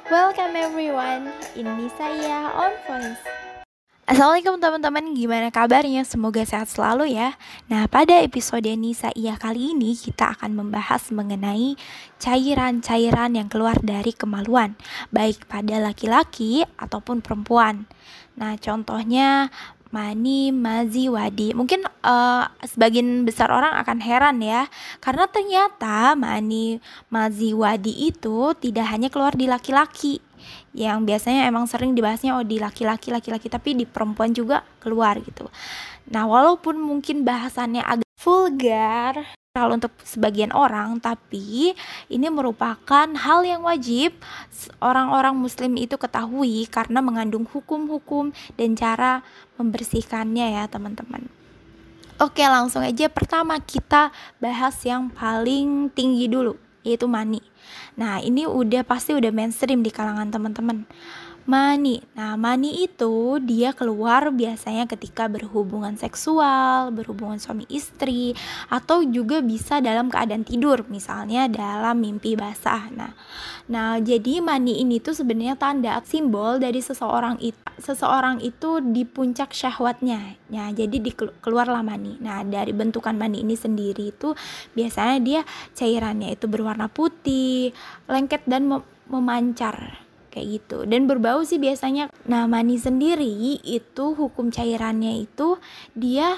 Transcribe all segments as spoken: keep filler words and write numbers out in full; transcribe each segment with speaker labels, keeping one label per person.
Speaker 1: Welcome everyone, ini saya On Voice. Assalamualaikum teman-teman, gimana kabarnya? Semoga sehat selalu ya. Nah, pada episode Nisa Iya kali ini kita akan membahas mengenai cairan-cairan yang keluar dari kemaluan, baik pada laki-laki ataupun perempuan. Nah, contohnya mani, mazi, wadi. Mungkin uh, sebagian besar orang akan heran ya, karena ternyata mani, mazi, wadi itu tidak hanya keluar di laki-laki, yang biasanya emang sering dibahasnya oh di laki-laki laki-laki tapi di perempuan juga keluar gitu. Nah, walaupun mungkin bahasannya agak vulgar kalau untuk sebagian orang, tapi ini merupakan hal yang wajib orang-orang muslim itu ketahui karena mengandung hukum-hukum dan cara membersihkannya ya teman-teman. Oke, langsung aja pertama kita bahas yang paling tinggi dulu, yaitu mani. Nah, ini udah pasti udah mainstream di kalangan teman-teman. Mani. Nah, mani itu dia keluar biasanya ketika berhubungan seksual, berhubungan suami istri, atau juga bisa dalam keadaan tidur, misalnya dalam mimpi basah. Nah, nah jadi mani ini tuh sebenarnya tanda simbol dari seseorang itu, seseorang itu di puncak syahwatnya. Nah, jadi di, keluarlah mani. Nah, dari bentukan mani ini sendiri itu biasanya dia cairannya itu berwarna putih, lengket dan mem- memancar kayak gitu, dan berbau sih biasanya. Nah, mani sendiri itu hukum cairannya itu dia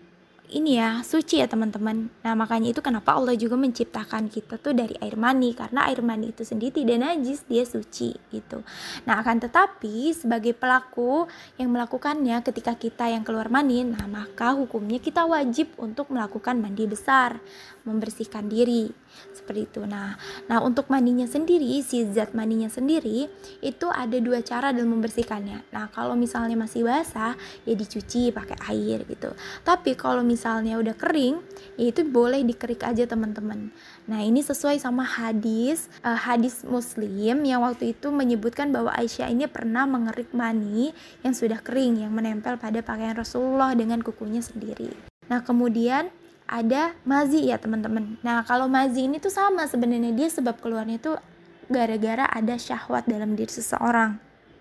Speaker 1: ini ya suci ya teman-teman. Nah, makanya itu kenapa Allah juga menciptakan kita tuh dari air mani, karena air mani itu sendiri tidak najis, dia suci gitu. Nah, akan tetapi sebagai pelaku yang melakukannya ketika kita yang keluar mani, nah maka hukumnya kita wajib untuk melakukan mandi besar, membersihkan diri seperti itu. Nah, nah untuk mandinya sendiri, si zat mandinya sendiri itu ada dua cara dalam membersihkannya. Nah, kalau misalnya masih basah ya dicuci pakai air gitu. Tapi kalau misalnya udah kering, ya itu boleh dikerik aja teman-teman. Nah, ini sesuai sama hadis uh, hadis Muslim yang waktu itu menyebutkan bahwa Aisyah ini pernah mengerik mani yang sudah kering yang menempel pada pakaian Rasulullah dengan kukunya sendiri. Nah, kemudian ada mazi ya teman-teman. Nah, kalau mazi ini tuh sama sebenarnya, dia sebab keluarnya tuh gara-gara ada syahwat dalam diri seseorang.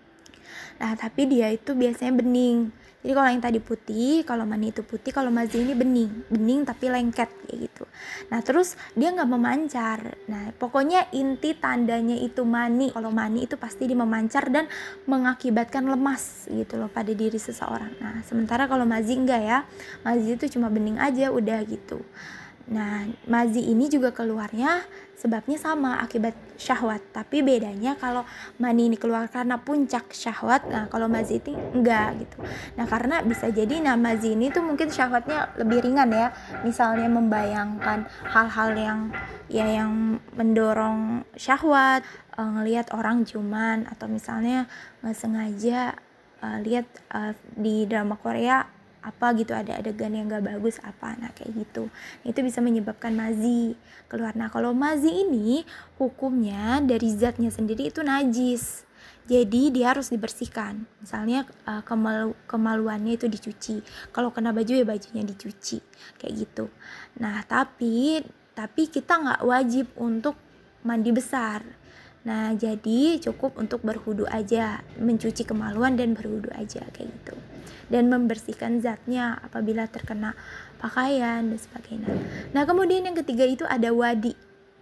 Speaker 1: Nah, tapi dia itu biasanya bening. Jadi kalau yang tadi putih, kalau mani itu putih, kalau mazi ini bening, bening tapi lengket kayak gitu. Nah, terus dia nggak memancar. Nah, pokoknya inti tandanya itu mani. Kalau mani itu pasti dia memancar dan mengakibatkan lemas gitu loh pada diri seseorang. Nah, sementara kalau mazi enggak ya, mazi itu cuma bening aja udah gitu. Nah, mazi ini juga keluarnya sebabnya sama, akibat syahwat. Tapi bedanya kalau mani ini keluar karena puncak syahwat, nah kalau mazi itu enggak gitu. Nah, karena bisa jadi nah mazi ini tuh mungkin syahwatnya lebih ringan ya. Misalnya membayangkan hal-hal yang ya yang mendorong syahwat, e, ngelihat orang ciuman, atau misalnya nggak sengaja e, lihat e, di drama Korea apa gitu, ada adegan yang gak bagus apa, nah kayak gitu, itu bisa menyebabkan mazi keluar. Nah, kalau mazi ini hukumnya dari zatnya sendiri itu najis, jadi dia harus dibersihkan. Misalnya uh, kemalu, kemaluannya itu dicuci, kalau kena baju ya bajunya dicuci kayak gitu. Nah, tapi tapi kita nggak wajib untuk mandi besar. Nah, jadi cukup untuk berwudu aja, mencuci kemaluan dan berwudu aja kayak gitu. Dan membersihkan zatnya apabila terkena pakaian dan sebagainya. Nah, kemudian yang ketiga itu ada wadi.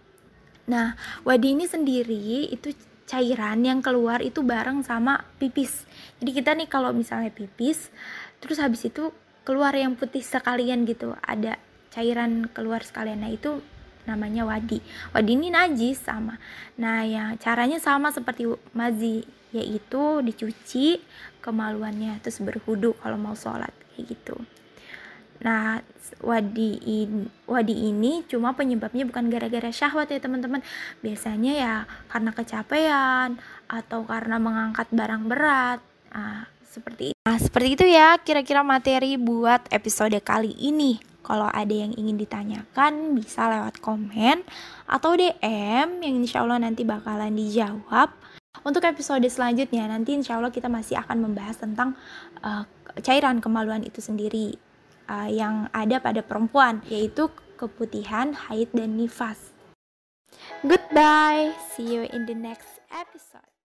Speaker 1: Nah, wadi ini sendiri itu cairan yang keluar itu bareng sama pipis. Jadi kita nih kalau misalnya pipis, terus habis itu keluar yang putih sekalian gitu, ada cairan keluar sekalian. Nah, itu namanya wadi. Wadi ini najis sama. Nah, ya caranya sama seperti mazi, yaitu dicuci kemaluannya terus berwudu kalau mau sholat kayak gitu. Nah, wadi ini, wadi ini cuma penyebabnya bukan gara-gara syahwat ya teman-teman. Biasanya ya karena kecapean atau karena mengangkat barang berat. Nah, seperti itu. Nah, seperti itu ya kira-kira materi buat episode kali ini. Kalau ada yang ingin ditanyakan bisa lewat komen atau D M yang insya Allah nanti bakalan dijawab. Untuk episode selanjutnya nanti insya Allah kita masih akan membahas tentang uh, cairan kemaluan itu sendiri uh, yang ada pada perempuan, yaitu keputihan, haid, dan nifas. Goodbye, see you in the next episode.